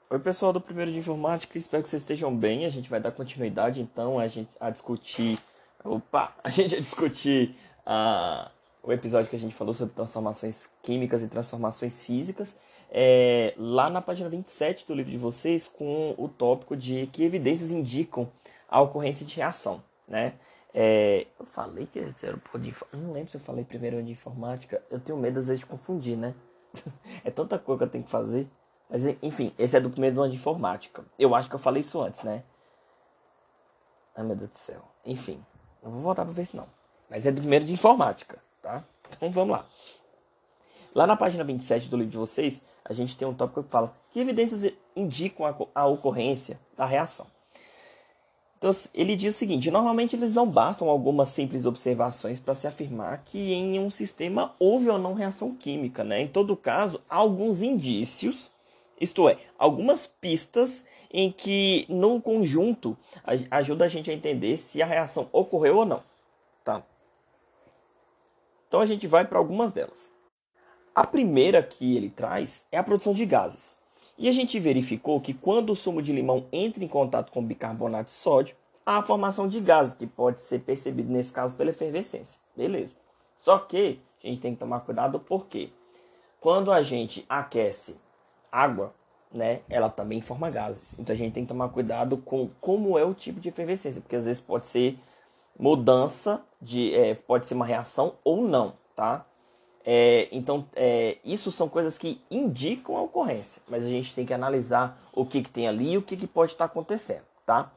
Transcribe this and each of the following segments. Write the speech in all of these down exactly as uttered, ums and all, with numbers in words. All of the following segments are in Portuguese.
Oi, pessoal do primeiro de informática, espero que vocês estejam bem. A gente vai dar continuidade então a gente a discutir, opa, a gente a discutir ah, o episódio que a gente falou sobre transformações químicas e transformações físicas, é, lá na página vinte e sete do livro de vocês, com o tópico de que evidências indicam a ocorrência de reação, né? É, eu falei que esse era o pouco de, não lembro se eu falei primeiro de informática. Eu tenho medo às vezes de confundir, né? É tanta coisa que eu tenho que fazer. Mas enfim, esse é do primeiro ano de informática. Eu acho que eu falei isso antes, né? Ai, meu Deus do céu. Enfim, não vou voltar pra ver isso não. Mas é do primeiro de informática, tá? Então vamos lá. Lá na página vinte e sete do livro de vocês, a gente tem um tópico que fala que evidências indicam a, a ocorrência da reação. Então, ele diz o seguinte: normalmente eles não bastam algumas simples observações para se afirmar que em um sistema houve ou não reação química, né? Em todo caso, há alguns indícios, isto é, algumas pistas em que, no conjunto, ajuda a gente a entender se a reação ocorreu ou não, tá? Então a gente vai para algumas delas. A primeira que ele traz é a produção de gases. E a gente verificou que quando o sumo de limão entra em contato com bicarbonato de sódio, há a formação de gases, que pode ser percebido nesse caso pela efervescência. Beleza. Só que a gente tem que tomar cuidado porque quando a gente aquece água, né, ela também forma gases. Então a gente tem que tomar cuidado com como é o tipo de efervescência, porque às vezes pode ser mudança de, é, pode ser uma reação ou não, tá? É, então, é, isso são coisas que indicam a ocorrência, mas a gente tem que analisar o que, que tem ali e o que, que pode estar acontecendo, tá?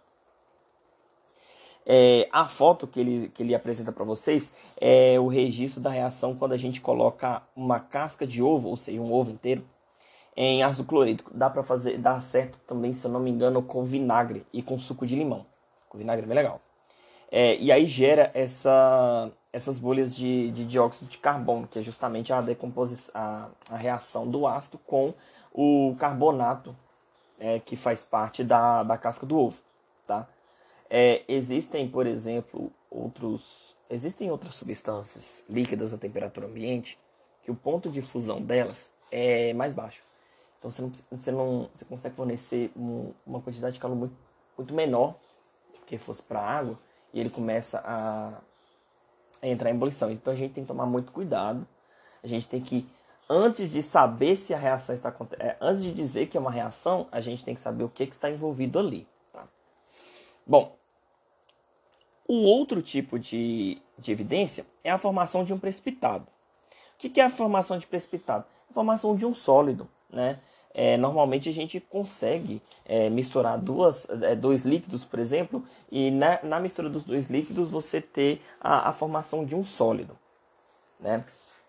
É, a foto que ele, que ele apresenta para vocês é o registro da reação quando a gente coloca uma casca de ovo, ou seja, um ovo inteiro, em ácido clorídrico. Dá para fazer, dá certo também, se eu não me engano, com vinagre e com suco de limão. Com vinagre é bem legal. É, e aí gera essa, essas bolhas de, de dióxido de carbono, que é justamente a, decomposição, a, a reação do ácido com o carbonato, é, que faz parte da, da casca do ovo. Tá? É, existem, por exemplo, outros, existem outras substâncias líquidas a temperatura ambiente que o ponto de fusão delas é mais baixo. Então você, não, você, não, você consegue fornecer um, uma quantidade de calor muito, muito menor do que fosse para a água, e ele começa a, a entrar em ebulição. Então a gente tem que tomar muito cuidado. A gente tem que, antes de saber se a reação está acontecendo, é, antes de dizer que é uma reação, a gente tem que saber o que, que está envolvido ali. Tá? Bom, o outro tipo de, de evidência é a formação de um precipitado. O que, que é a formação de precipitado? A formação de um sólido, né? É, normalmente a gente consegue é, misturar duas, é, dois líquidos, por exemplo, e na, na mistura dos dois líquidos você ter a, a formação de um sólido, né?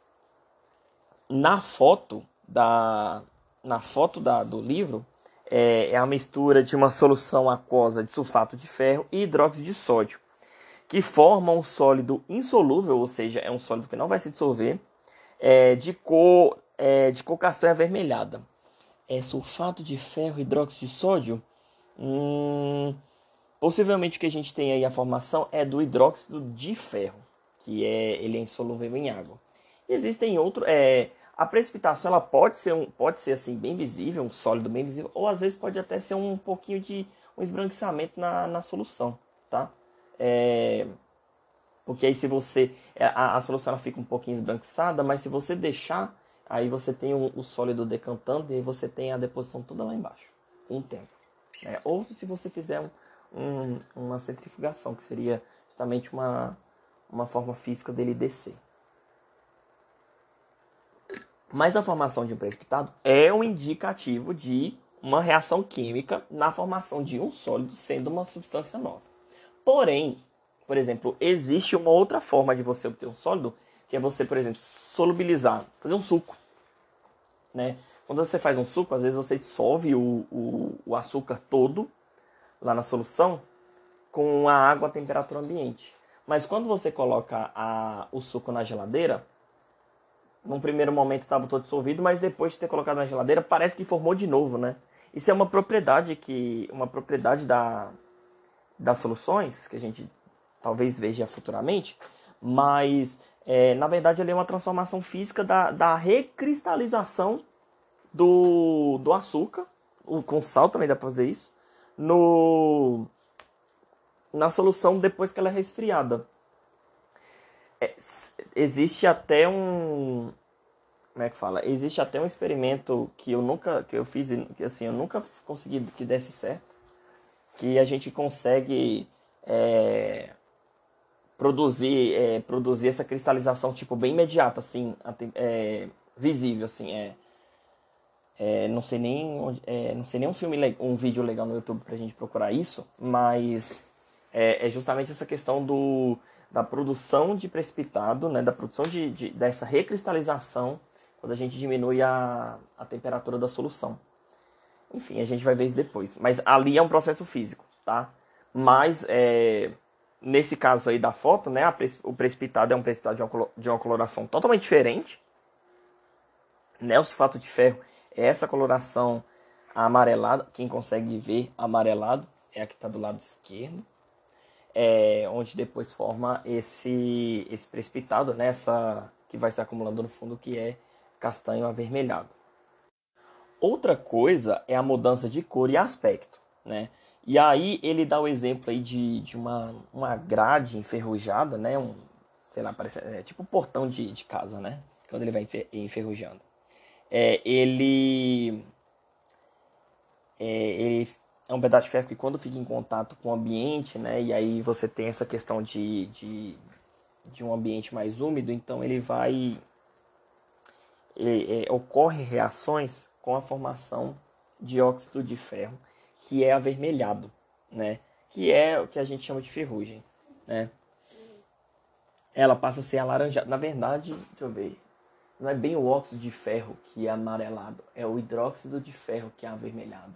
Na foto, da, na foto da, do livro é, é a mistura de uma solução aquosa de sulfato de ferro e hidróxido de sódio, que forma um sólido insolúvel, ou seja, é um sólido que não vai se dissolver, é, de cor é, de cor castanha avermelhada. É sulfato de ferro, hidróxido de sódio. Hum, possivelmente o que a gente tem aí a formação é do hidróxido de ferro, que é ele é insolúvel em água. E existem outros. É, a precipitação ela pode ser um, pode ser assim bem visível, um sólido bem visível, ou às vezes pode até ser um pouquinho de um esbranquiçamento na, na solução, tá? É, porque aí se você a, a solução ela fica um pouquinho esbranquiçada, mas se você deixar, aí você tem o, o sólido decantando e aí você tem a deposição toda lá embaixo, com o tempo. É, ou se você fizer um, um, uma centrifugação, que seria justamente uma, uma forma física dele descer. Mas a formação de um precipitado é um indicativo de uma reação química na formação de um sólido sendo uma substância nova. Porém, por exemplo, existe uma outra forma de você obter um sólido, que é você, por exemplo, solubilizar, fazer um suco, né? Quando você faz um suco, às vezes você dissolve o, o, o açúcar todo lá na solução com a água à temperatura ambiente. Mas quando você coloca a, o suco na geladeira, num primeiro momento estava todo dissolvido, mas depois de ter colocado na geladeira, parece que formou de novo, né? Isso é uma propriedade que, uma propriedade da, das soluções que a gente talvez veja futuramente, mas é, na verdade ali é uma transformação física da, da recristalização do, do açúcar, com sal também dá para fazer isso, no, na solução depois que ela é resfriada. É, existe até um, como é que fala? Existe até um experimento que eu nunca, que eu fiz, que assim, eu nunca consegui que desse certo, que a gente consegue é, produzir, é, produzir essa cristalização tipo bem imediata, assim, é, visível, assim, é, é, não sei nem onde, é, não sei nem um filme, um vídeo legal no YouTube pra gente procurar isso, mas é, é justamente essa questão do, da produção de precipitado, né, da produção de, de, dessa recristalização quando a gente diminui a, a temperatura da solução. Enfim, a gente vai ver isso depois. Mas ali é um processo físico, tá? Mas, é, nesse caso aí da foto, né, a, o precipitado é um precipitado de uma, de uma coloração totalmente diferente. Né? O sulfato de ferro é essa coloração amarelada. Quem consegue ver amarelado é a que está do lado esquerdo. É, onde depois forma esse, esse precipitado, né, essa, que vai se acumulando no fundo, que é castanho avermelhado. Outra coisa é a mudança de cor e aspecto, né? E aí ele dá o exemplo aí de, de uma, uma grade enferrujada, né? Um, sei lá, parece, é tipo um portão de, de casa, né? Quando ele vai enferrujando. É, ele, é, ele é um pedaço de ferro que quando fica em contato com o ambiente, né? E aí você tem essa questão de, de, de um ambiente mais úmido, então ele vai... É, é, ocorrem reações com a formação de óxido de ferro, que é avermelhado, né? Que é o que a gente chama de ferrugem, né? Ela passa a ser alaranjada. Na verdade, deixa eu ver, não é bem o óxido de ferro que é amarelado, é o hidróxido de ferro que é avermelhado.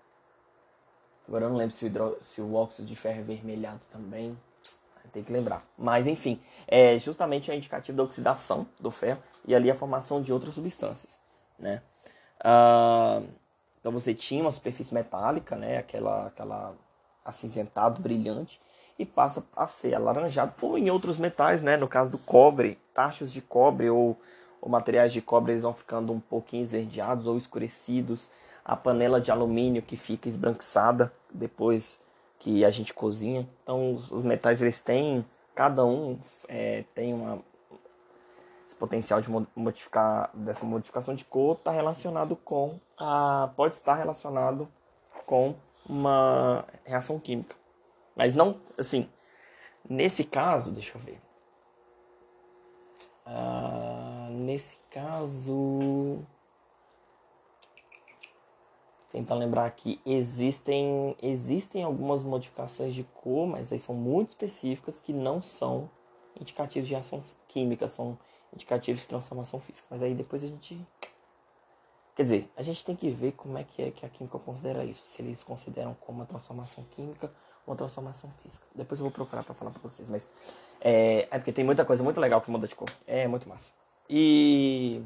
Agora eu não lembro se o, hidro... se o óxido de ferro é avermelhado também, tem que lembrar. Mas enfim, é justamente é indicativo da oxidação do ferro e ali a formação de outras substâncias, né? Ah, então você tinha uma superfície metálica, né? Aquela, aquela acinzentado, brilhante, e passa a ser alaranjado, ou em outros metais, né? No caso do cobre, tachos de cobre ou, ou materiais de cobre, eles vão ficando um pouquinho esverdeados ou escurecidos. A panela de alumínio que fica esbranquiçada depois que a gente cozinha. Então os, os metais eles têm, cada um é, tem uma, esse potencial de modificar, dessa modificação de cor está relacionado com a, pode estar relacionado com uma reação química. Mas não, assim, nesse caso, deixa eu ver. Ah, nesse caso, tentar lembrar aqui, existem, existem algumas modificações de cor, mas aí são muito específicas que não são indicativos de reação química, são indicativos de transformação física. Mas aí depois a gente... Quer dizer, a gente tem que ver como é que, é que a química considera isso. Se eles consideram como uma transformação química ou uma transformação física. Depois eu vou procurar para falar para vocês. Mas é, é porque tem muita coisa muito legal que muda de cor. É muito massa. E...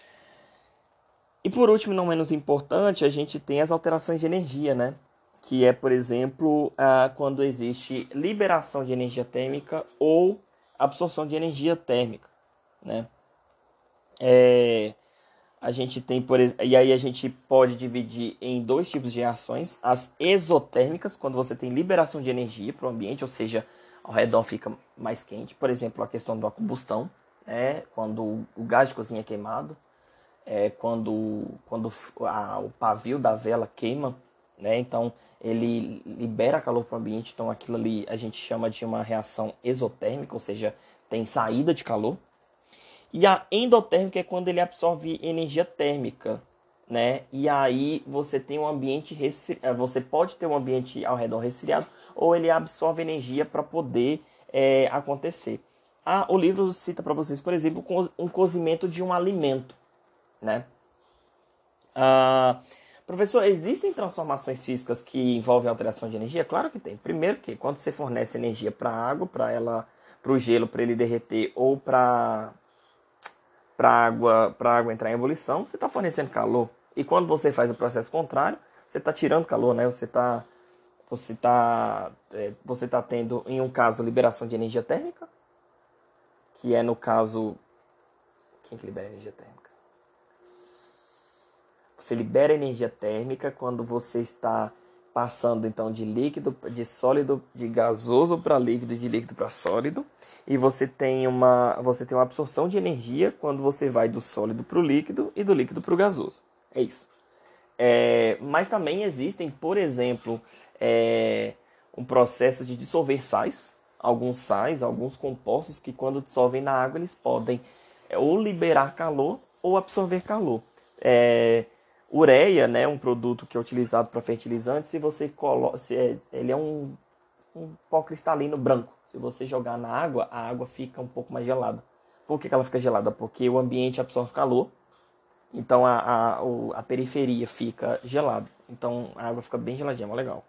E por último, não menos importante, a gente tem as alterações de energia, né? Que é, por exemplo, ah, quando existe liberação de energia térmica ou absorção de energia térmica, né? É, a gente tem, por e aí a gente pode dividir em dois tipos de reações: as exotérmicas, quando você tem liberação de energia para o ambiente, ou seja, ao redor fica mais quente. Por exemplo, a questão da combustão, né? Quando o gás de cozinha é queimado. É, quando, quando a, o pavio da vela queima, né? Então ele libera calor para o ambiente, então aquilo ali a gente chama de uma reação exotérmica, ou seja, tem saída de calor. E a endotérmica é quando ele absorve energia térmica, né? E aí você tem um ambiente resfriado, você pode ter um ambiente ao redor resfriado, ou ele absorve energia para poder é, acontecer. Ah, o livro cita para vocês, por exemplo, um cozimento de um alimento, né? Ah, professor, existem transformações físicas que envolvem alteração de energia? Claro que tem. Primeiro que quando você fornece energia para a água, para ela, para o gelo, para ele derreter ou para para água, para água entrar em ebulição, você está fornecendo calor. E quando você faz o processo contrário, você está tirando calor, né? Você está você tá, é, você tá tendo, em um caso, liberação de energia térmica, que é no caso... Quem que libera energia térmica? Você libera energia térmica quando você está passando então de líquido, de sólido, de gasoso para líquido, de líquido para sólido. E você tem uma, você tem uma absorção de energia quando você vai do sólido para o líquido e do líquido para o gasoso. É isso. É, mas também existem, por exemplo, é, um processo de dissolver sais, alguns sais, alguns compostos que quando dissolvem na água eles podem é, ou liberar calor ou absorver calor. É, ureia, né, um produto que é utilizado para fertilizante, se você coloca, se é, ele é um, um pó cristalino branco. Se você jogar na água, a água fica um pouco mais gelada. Por que que ela fica gelada? Porque o ambiente absorve calor. Então a, a, o- a periferia fica gelada. Então a água fica bem geladinha, mó legal.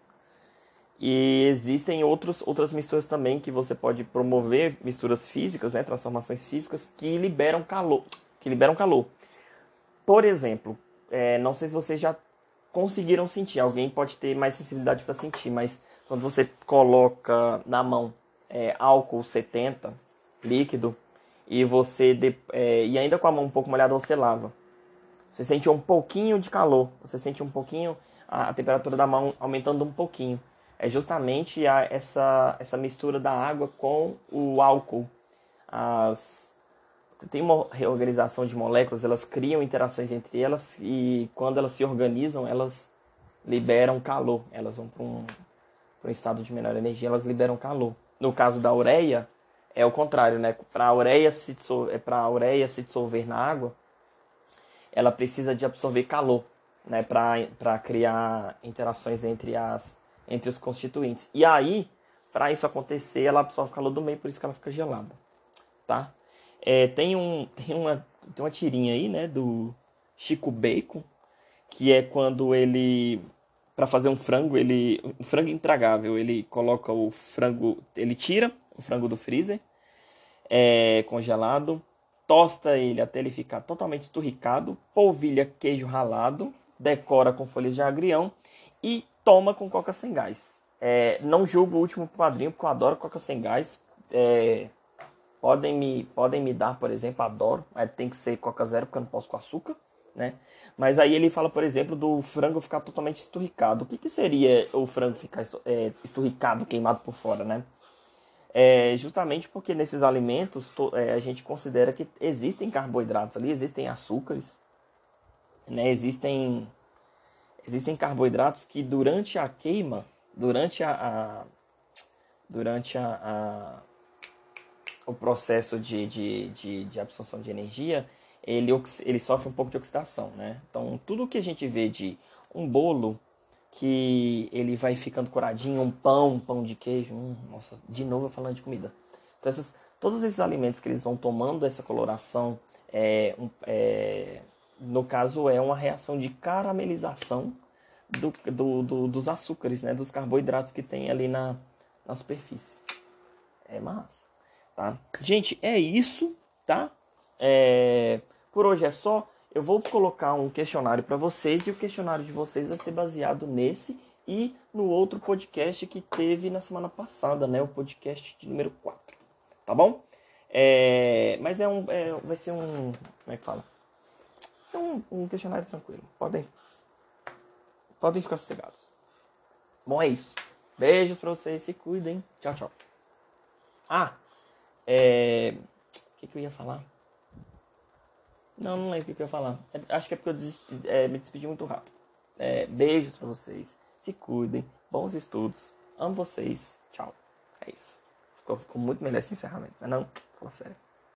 E existem outros, outras misturas também que você pode promover, misturas físicas, né, transformações físicas que liberam calor, que liberam calor. Por exemplo, é, não sei se vocês já conseguiram sentir, alguém pode ter mais sensibilidade para sentir, mas quando você coloca na mão é, álcool setenta líquido e você de- é, e ainda com a mão um pouco molhada você lava. Você sente um pouquinho de calor, você sente um pouquinho a, a temperatura da mão aumentando um pouquinho. É justamente a, essa, essa mistura da água com o álcool. As, você tem uma reorganização de moléculas, elas criam interações entre elas e quando elas se organizam, elas liberam calor. Elas vão para um, para um estado de menor energia, elas liberam calor. No caso da ureia, é o contrário, né? Para a ureia se dissolver, para a ureia se dissolver na água, ela precisa de absorver calor, né, para criar interações entre, as, entre os constituintes. E aí, para isso acontecer, ela absorve calor do meio, por isso que ela fica gelada, tá? É, tem, um, tem, uma, tem uma tirinha aí, né, do Chico Bacon, que é quando ele, para fazer um frango, ele, um frango intragável, ele coloca o frango, ele tira o frango do freezer, é, congelado, tosta ele até ele ficar totalmente esturricado, polvilha queijo ralado, decora com folhas de agrião e toma com coca sem gás. É, não julgo o último quadrinho, porque eu adoro coca sem gás. É, podem, me, podem me dar, por exemplo, adoro, mas tem que ser coca zero, porque eu não posso com açúcar, né? Mas aí ele fala, por exemplo, do frango ficar totalmente esturricado. O que, que seria o frango ficar é, esturricado, queimado por fora, né? É justamente porque nesses alimentos to, é, a gente considera que existem carboidratos ali, existem açúcares, né? Existem, existem carboidratos que durante a queima, durante a, a durante a, a, o processo de, de, de, de absorção de energia, ele, ele sofre um pouco de oxidação, né? Então tudo que a gente vê de um bolo que ele vai ficando coradinho, um pão, um pão de queijo, hum, nossa, de novo eu falando de comida. Então essas, todos esses alimentos que eles vão tomando essa coloração, é, um, é, no caso é uma reação de caramelização do, do, do, dos açúcares, né, dos carboidratos que tem ali na, na superfície. É massa, tá? Gente, é isso, tá? É, por hoje é só. Eu vou colocar um questionário para vocês e o questionário de vocês vai ser baseado nesse e no outro podcast que teve na semana passada, né? O podcast de número quatro, tá bom? É, mas é um, é, vai ser um, como é que fala? Vai ser um, um questionário tranquilo. Podem, podem ficar sossegados. Bom, é isso. Beijos pra vocês, se cuidem. Tchau, tchau. Ah, é... O que, que eu ia falar? Não, não lembro o que, que eu ia falar. É, acho que é porque eu desisti, é, me despedi muito rápido. É, beijos pra vocês. Se cuidem. Bons estudos. Amo vocês. Tchau. É isso. Ficou, ficou muito melhor esse encerramento. Mas não, fala sério.